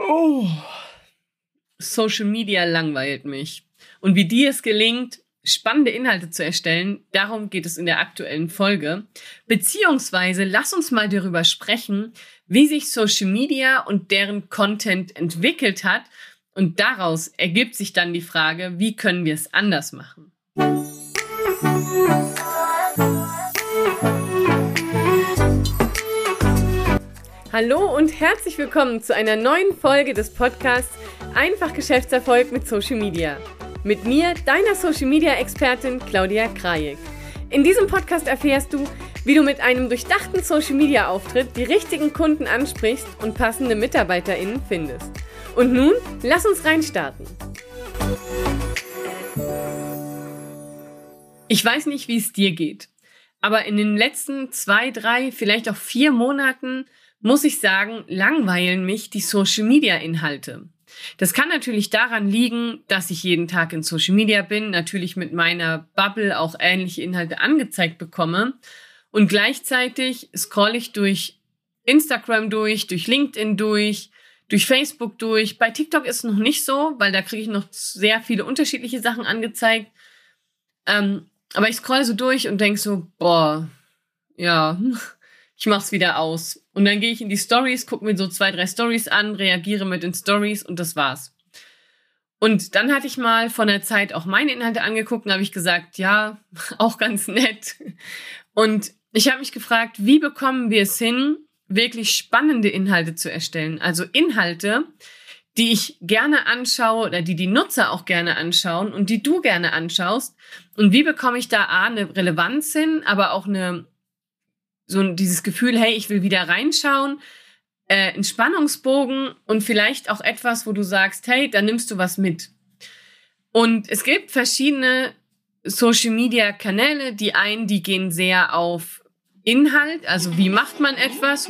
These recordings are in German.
Oh. Social Media langweilt mich. Und wie dir es gelingt, spannende Inhalte zu erstellen, darum geht es in der aktuellen Folge. Beziehungsweise lass uns mal darüber sprechen, wie sich Social Media und deren Content entwickelt hat. Und daraus ergibt sich dann die Frage, wie können wir es anders machen? Hallo und herzlich willkommen zu einer neuen Folge des Podcasts Einfach Geschäftserfolg mit Social Media. Mit mir, deiner Social Media Expertin Claudia Krajek. In diesem Podcast erfährst du, wie du mit einem durchdachten Social Media Auftritt die richtigen Kunden ansprichst und passende MitarbeiterInnen findest. Und nun, lass uns reinstarten. Ich weiß nicht, wie es dir geht, aber in den letzten 2, 3, vielleicht auch 4 Monaten muss ich sagen, langweilen mich die Social-Media-Inhalte. Das kann natürlich daran liegen, dass ich jeden Tag in Social Media bin, natürlich mit meiner Bubble auch ähnliche Inhalte angezeigt bekomme und gleichzeitig scrolle ich durch Instagram durch LinkedIn durch Facebook durch. Bei TikTok ist es noch nicht so, weil da kriege ich noch sehr viele unterschiedliche Sachen angezeigt. Aber ich scroll so durch und denke so, ich mach's wieder aus. Und dann gehe ich in die Stories, gucke mir so 2, 3 Stories an, reagiere mit den Stories und das war's. Und dann hatte ich mal von der Zeit auch meine Inhalte angeguckt und habe ich gesagt, ja, auch ganz nett. Und ich habe mich gefragt, wie bekommen wir es hin, wirklich spannende Inhalte zu erstellen? Also Inhalte, die ich gerne anschaue oder die Nutzer auch gerne anschauen und die du gerne anschaust. Und wie bekomme ich da eine Relevanz hin, aber auch dieses Gefühl, hey, ich will wieder reinschauen, einen Spannungsbogen und vielleicht auch etwas, wo du sagst, hey, da nimmst du was mit. Und es gibt verschiedene Social-Media-Kanäle. Die gehen sehr auf Inhalt, also wie macht man etwas,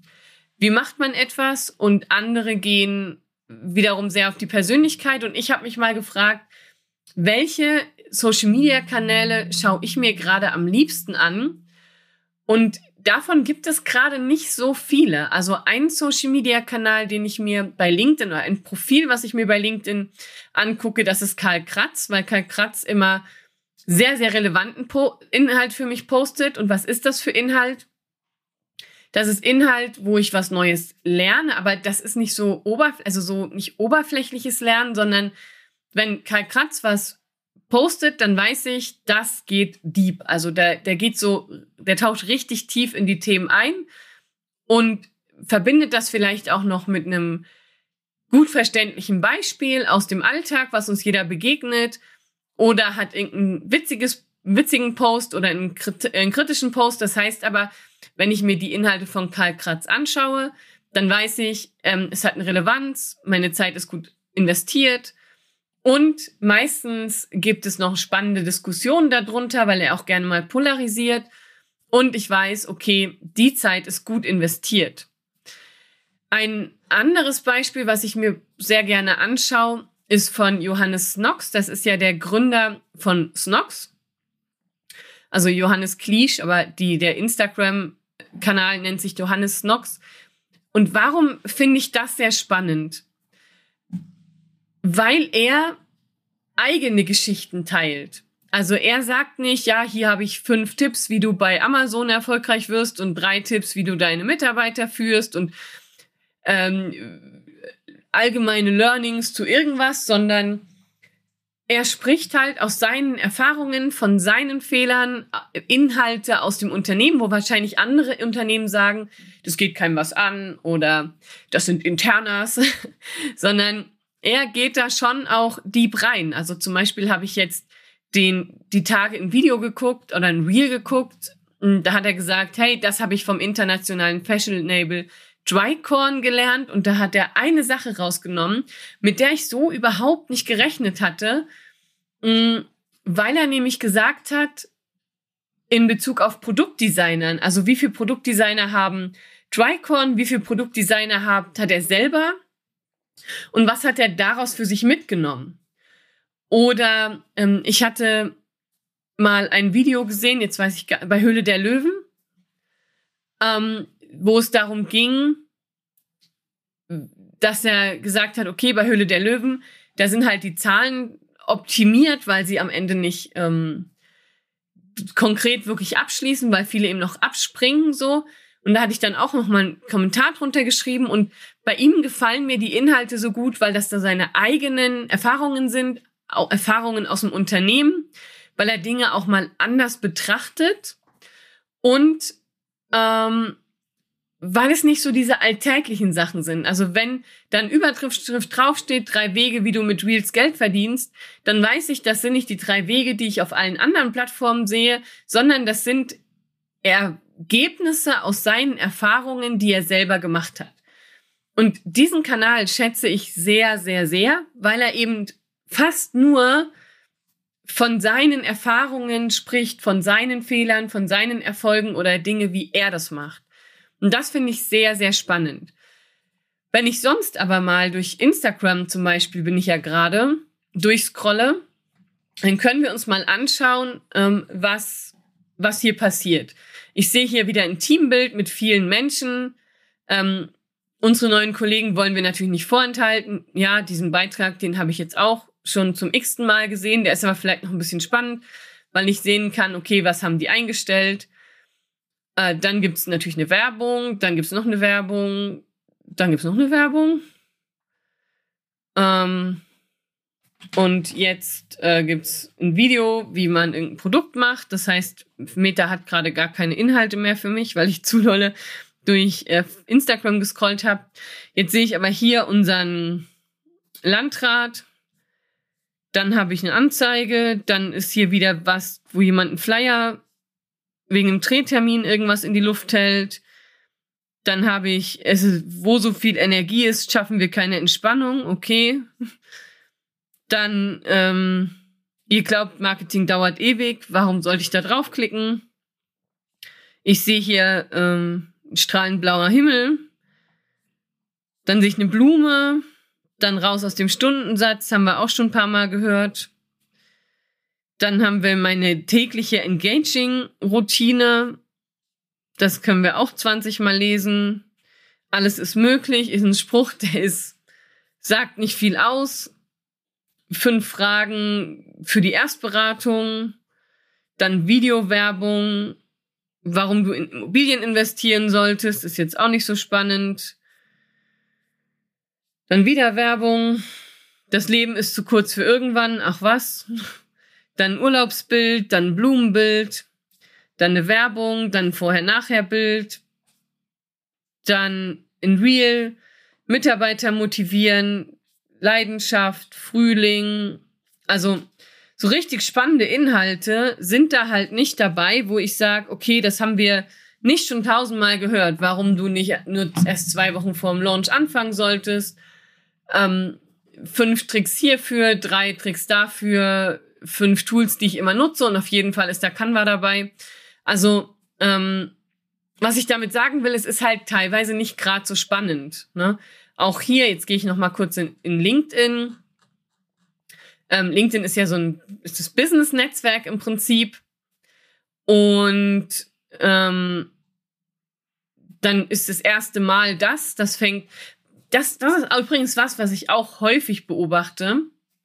und andere gehen wiederum sehr auf die Persönlichkeit. Und ich habe mich mal gefragt, welche Social-Media-Kanäle schaue ich mir gerade am liebsten an? Und davon gibt es gerade nicht so viele. Also ein Social-Media-Kanal, den ich mir bei LinkedIn oder ein Profil, was ich mir bei LinkedIn angucke, das ist Karl Kratz, weil Karl Kratz immer sehr, sehr relevanten Inhalt für mich postet. Und was ist das für Inhalt? Das ist Inhalt, wo ich was Neues lerne, aber das ist nicht so nicht oberflächliches Lernen, sondern wenn Karl Kratz was postet, dann weiß ich, das geht deep. Also der taucht richtig tief in die Themen ein und verbindet das vielleicht auch noch mit einem gut verständlichen Beispiel aus dem Alltag, was uns jeder begegnet, oder hat irgendeinen witzigen Post oder einen kritischen Post. Das heißt aber, wenn ich mir die Inhalte von Karl Kratz anschaue, dann weiß ich, es hat eine Relevanz, meine Zeit ist gut investiert. Und meistens gibt es noch spannende Diskussionen darunter, weil er auch gerne mal polarisiert. Und ich weiß, okay, die Zeit ist gut investiert. Ein anderes Beispiel, was ich mir sehr gerne anschaue, ist von Johannes Snox. Das ist ja der Gründer von Snox. Also Johannes Kliesch, aber der Instagram-Kanal nennt sich Johannes Snox. Und warum finde ich das sehr spannend? Weil er eigene Geschichten teilt. Also er sagt nicht, ja, hier habe ich 5 Tipps, wie du bei Amazon erfolgreich wirst und 3 Tipps, wie du deine Mitarbeiter führst und allgemeine Learnings zu irgendwas, sondern er spricht halt aus seinen Erfahrungen, von seinen Fehlern, Inhalte aus dem Unternehmen, wo wahrscheinlich andere Unternehmen sagen, das geht keinem was an oder das sind Internas, sondern er geht da schon auch deep rein. Also zum Beispiel habe ich jetzt die Tage ein Video geguckt oder ein Reel geguckt. Und da hat er gesagt, hey, das habe ich vom internationalen Fashion-Label Drycorn gelernt. Und da hat er eine Sache rausgenommen, mit der ich so überhaupt nicht gerechnet hatte, weil er nämlich gesagt hat, in Bezug auf Produktdesignern, also wie viele Produktdesigner haben Drycorn, wie viele Produktdesigner hat er selber und was hat er daraus für sich mitgenommen? Oder ich hatte mal ein Video gesehen, jetzt weiß ich bei Höhle der Löwen, wo es darum ging, dass er gesagt hat, okay, bei Höhle der Löwen, da sind halt die Zahlen optimiert, weil sie am Ende nicht konkret wirklich abschließen, weil viele eben noch abspringen so. Und da hatte ich dann auch noch mal einen Kommentar drunter geschrieben. Und bei ihm gefallen mir die Inhalte so gut, weil das da seine eigenen Erfahrungen sind, auch Erfahrungen aus dem Unternehmen, weil er Dinge auch mal anders betrachtet und weil es nicht so diese alltäglichen Sachen sind. Also wenn dann Überschrift draufsteht, 3 Wege, wie du mit Reels Geld verdienst, dann weiß ich, das sind nicht die 3 Wege, die ich auf allen anderen Plattformen sehe, sondern das sind Ergebnisse aus seinen Erfahrungen, die er selber gemacht hat. Und diesen Kanal schätze ich sehr, sehr, sehr, weil er eben fast nur von seinen Erfahrungen spricht, von seinen Fehlern, von seinen Erfolgen oder Dinge, wie er das macht. Und das finde ich sehr, sehr spannend. Wenn ich sonst aber mal durch Instagram zum Beispiel, bin ich ja gerade, durchscrolle, dann können wir uns mal anschauen, was hier passiert. Ich sehe hier wieder ein Teambild mit vielen Menschen. Unsere neuen Kollegen wollen wir natürlich nicht vorenthalten. Ja, diesen Beitrag, den habe ich jetzt auch schon zum x-ten Mal gesehen. Der ist aber vielleicht noch ein bisschen spannend, weil ich sehen kann, okay, was haben die eingestellt? Dann gibt es natürlich eine Werbung, dann gibt es noch eine Werbung, dann gibt es noch eine Werbung. Und jetzt gibt es ein Video, wie man irgendein Produkt macht. Das heißt, Meta hat gerade gar keine Inhalte mehr für mich, weil ich zu dolle durch Instagram gescrollt habe. Jetzt sehe ich aber hier unseren Landrat. Dann habe ich eine Anzeige. Dann ist hier wieder was, wo jemand einen Flyer wegen einem Drehtermin irgendwas in die Luft hält. Dann habe ich, wo so viel Energie ist, schaffen wir keine Entspannung. Okay. Dann, ihr glaubt, Marketing dauert ewig. Warum sollte ich da draufklicken? Ich sehe hier strahlend blauer Himmel. Dann sehe ich eine Blume. Dann raus aus dem Stundensatz, haben wir auch schon ein paar Mal gehört. Dann haben wir meine tägliche Engaging-Routine. Das können wir auch 20 Mal lesen. Alles ist möglich, ist ein Spruch, sagt nicht viel aus. 5 Fragen für die Erstberatung. Dann Videowerbung. Warum du in Immobilien investieren solltest, ist jetzt auch nicht so spannend. Dann wieder Werbung. Das Leben ist zu kurz für irgendwann. Ach was. Dann Urlaubsbild, dann Blumenbild, dann eine Werbung, dann Vorher-Nachher-Bild, dann in Reel, Mitarbeiter motivieren, Leidenschaft, Frühling. Also so richtig spannende Inhalte sind da halt nicht dabei, wo ich sage, okay, das haben wir nicht schon 1000-mal gehört, warum du nicht nur erst 2 Wochen vor dem Launch anfangen solltest. 5 Tricks hierfür, 3 Tricks dafür, 5 Tools, die ich immer nutze und auf jeden Fall ist da Canva dabei. Also, was ich damit sagen will, es ist halt teilweise nicht gerade so spannend. Ne? Auch hier, jetzt gehe ich noch mal kurz in LinkedIn. LinkedIn ist ja ist das Business-Netzwerk im Prinzip. Und dann ist das erste Mal das fängt. Das ist übrigens was ich auch häufig beobachte.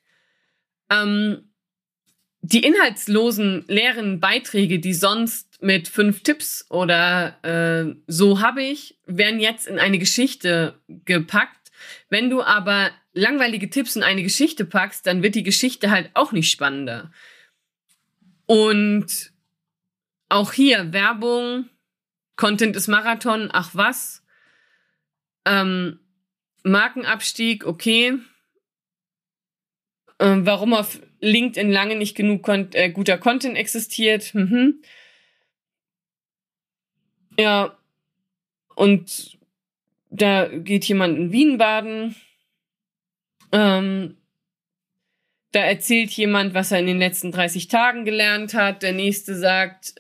Die inhaltslosen, leeren Beiträge, die sonst mit 5 Tipps oder so habe ich, werden jetzt in eine Geschichte gepackt. Wenn du aber langweilige Tipps in eine Geschichte packst, dann wird die Geschichte halt auch nicht spannender. Und auch hier Werbung, Content ist Marathon, ach was. Markenabstieg, okay. Warum auf LinkedIn lange nicht genug guter Content existiert. Ja, und da geht jemand in Wien baden. Da erzählt jemand, was er in den letzten 30 Tagen gelernt hat. Der nächste sagt,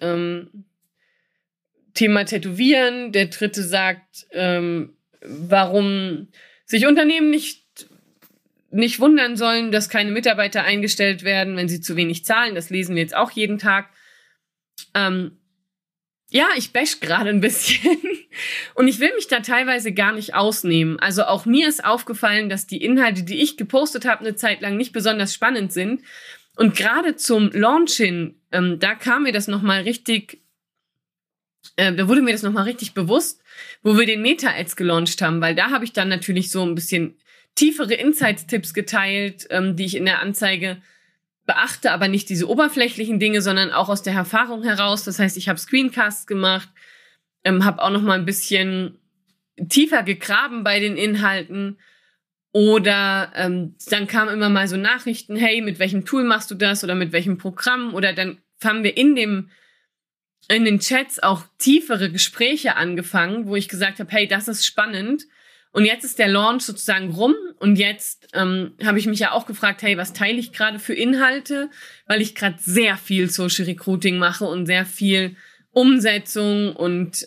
Thema Tätowieren. Der dritte sagt, warum sich Unternehmen nicht wundern sollen, dass keine Mitarbeiter eingestellt werden, wenn sie zu wenig zahlen. Das lesen wir jetzt auch jeden Tag. ja, ich bash gerade ein bisschen und ich will mich da teilweise gar nicht ausnehmen. Also auch mir ist aufgefallen, dass die Inhalte, die ich gepostet habe, eine Zeit lang nicht besonders spannend sind. Und gerade zum Launch hin, da kam mir das nochmal richtig, da wurde mir das nochmal richtig bewusst, wo wir den Meta-Ads gelauncht haben, weil da habe ich dann natürlich so ein bisschen tiefere Insights-Tipps geteilt, die ich in der Anzeige beachte, aber nicht diese oberflächlichen Dinge, sondern auch aus der Erfahrung heraus. Das heißt, ich habe Screencasts gemacht, habe auch noch mal ein bisschen tiefer gegraben bei den Inhalten. Oder dann kamen immer mal so Nachrichten, hey, mit welchem Tool machst du das oder mit welchem Programm? Oder dann haben wir in den Chats auch tiefere Gespräche angefangen, wo ich gesagt habe, hey, das ist spannend. Und jetzt ist der Launch sozusagen rum und jetzt habe ich mich ja auch gefragt, hey, was teile ich gerade für Inhalte? Weil ich gerade sehr viel Social Recruiting mache und sehr viel Umsetzung und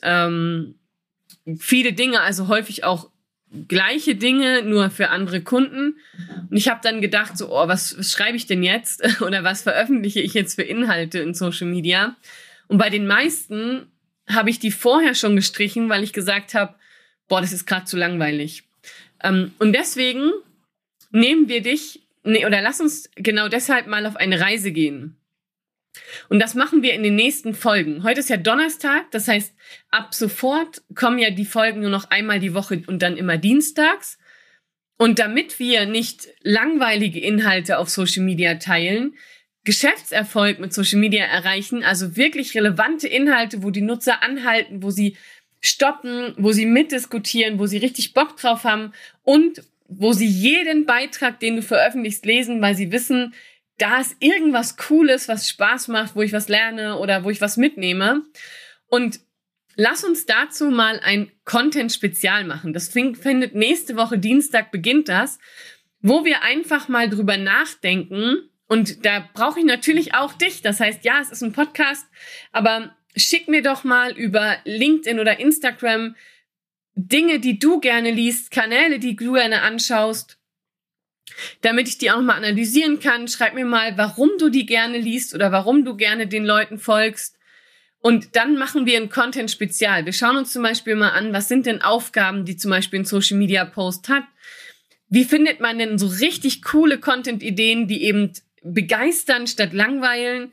viele Dinge, also häufig auch gleiche Dinge, nur für andere Kunden. Und ich habe dann gedacht, so, was schreibe ich denn jetzt? Oder was veröffentliche ich jetzt für Inhalte in Social Media? Und bei den meisten habe ich die vorher schon gestrichen, weil ich gesagt habe, das ist gerade zu langweilig. Und deswegen nehmen wir lass uns genau deshalb mal auf eine Reise gehen. Und das machen wir in den nächsten Folgen. Heute ist ja Donnerstag, das heißt, ab sofort kommen ja die Folgen nur noch einmal die Woche und dann immer dienstags. Und damit wir nicht langweilige Inhalte auf Social Media teilen, Geschäftserfolg mit Social Media erreichen, also wirklich relevante Inhalte, wo die Nutzer anhalten, wo sie stoppen, wo sie mitdiskutieren, wo sie richtig Bock drauf haben und wo sie jeden Beitrag, den du veröffentlichst, lesen, weil sie wissen, da ist irgendwas Cooles, was Spaß macht, wo ich was lerne oder wo ich was mitnehme. Und lass uns dazu mal ein Content-Spezial machen. Das findet nächste Woche Dienstag beginnt das, wo wir einfach mal drüber nachdenken. Und da brauche ich natürlich auch dich. Das heißt, ja, es ist ein Podcast, aber schick mir doch mal über LinkedIn oder Instagram Dinge, die du gerne liest, Kanäle, die du gerne anschaust, damit ich die auch mal analysieren kann. Schreib mir mal, warum du die gerne liest oder warum du gerne den Leuten folgst. Und dann machen wir ein Content-Spezial. Wir schauen uns zum Beispiel mal an, was sind denn Aufgaben, die zum Beispiel ein Social-Media-Post hat. Wie findet man denn so richtig coole Content-Ideen, die eben begeistern statt langweilen?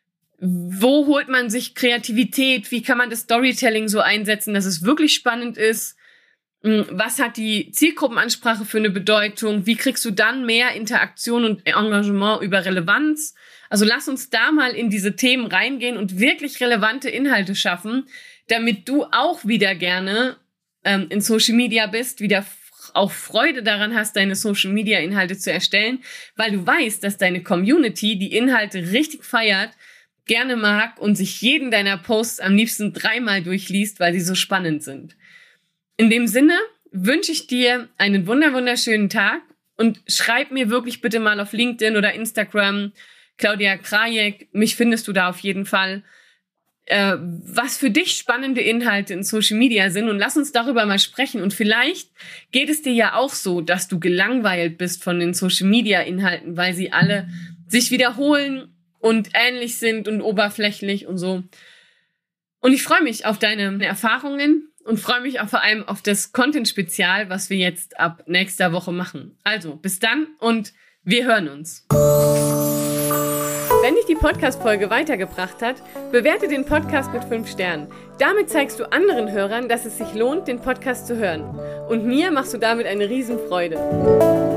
Wo holt man sich Kreativität? Wie kann man das Storytelling so einsetzen, dass es wirklich spannend ist? Was hat die Zielgruppenansprache für eine Bedeutung? Wie kriegst du dann mehr Interaktion und Engagement über Relevanz? Also lass uns da mal in diese Themen reingehen und wirklich relevante Inhalte schaffen, damit du auch wieder gerne in Social Media bist, wieder auch Freude daran hast, deine Social Media Inhalte zu erstellen, weil du weißt, dass deine Community die Inhalte richtig feiert, gerne mag und sich jeden deiner Posts am liebsten 3-mal durchliest, weil sie so spannend sind. In dem Sinne wünsche ich dir einen wunderschönen Tag und schreib mir wirklich bitte mal auf LinkedIn oder Instagram, Claudia Krajek, mich findest du da auf jeden Fall, was für dich spannende Inhalte in Social Media sind und lass uns darüber mal sprechen. Und vielleicht geht es dir ja auch so, dass du gelangweilt bist von den Social Media Inhalten, weil sie alle sich wiederholen und ähnlich sind und oberflächlich und so. Und ich freue mich auf deine Erfahrungen und freue mich auch vor allem auf das Content-Spezial, was wir jetzt ab nächster Woche machen. Also, bis dann und wir hören uns. Wenn dich die Podcast-Folge weitergebracht hat, bewerte den Podcast mit 5 Sternen. Damit zeigst du anderen Hörern, dass es sich lohnt, den Podcast zu hören. Und mir machst du damit eine Riesenfreude.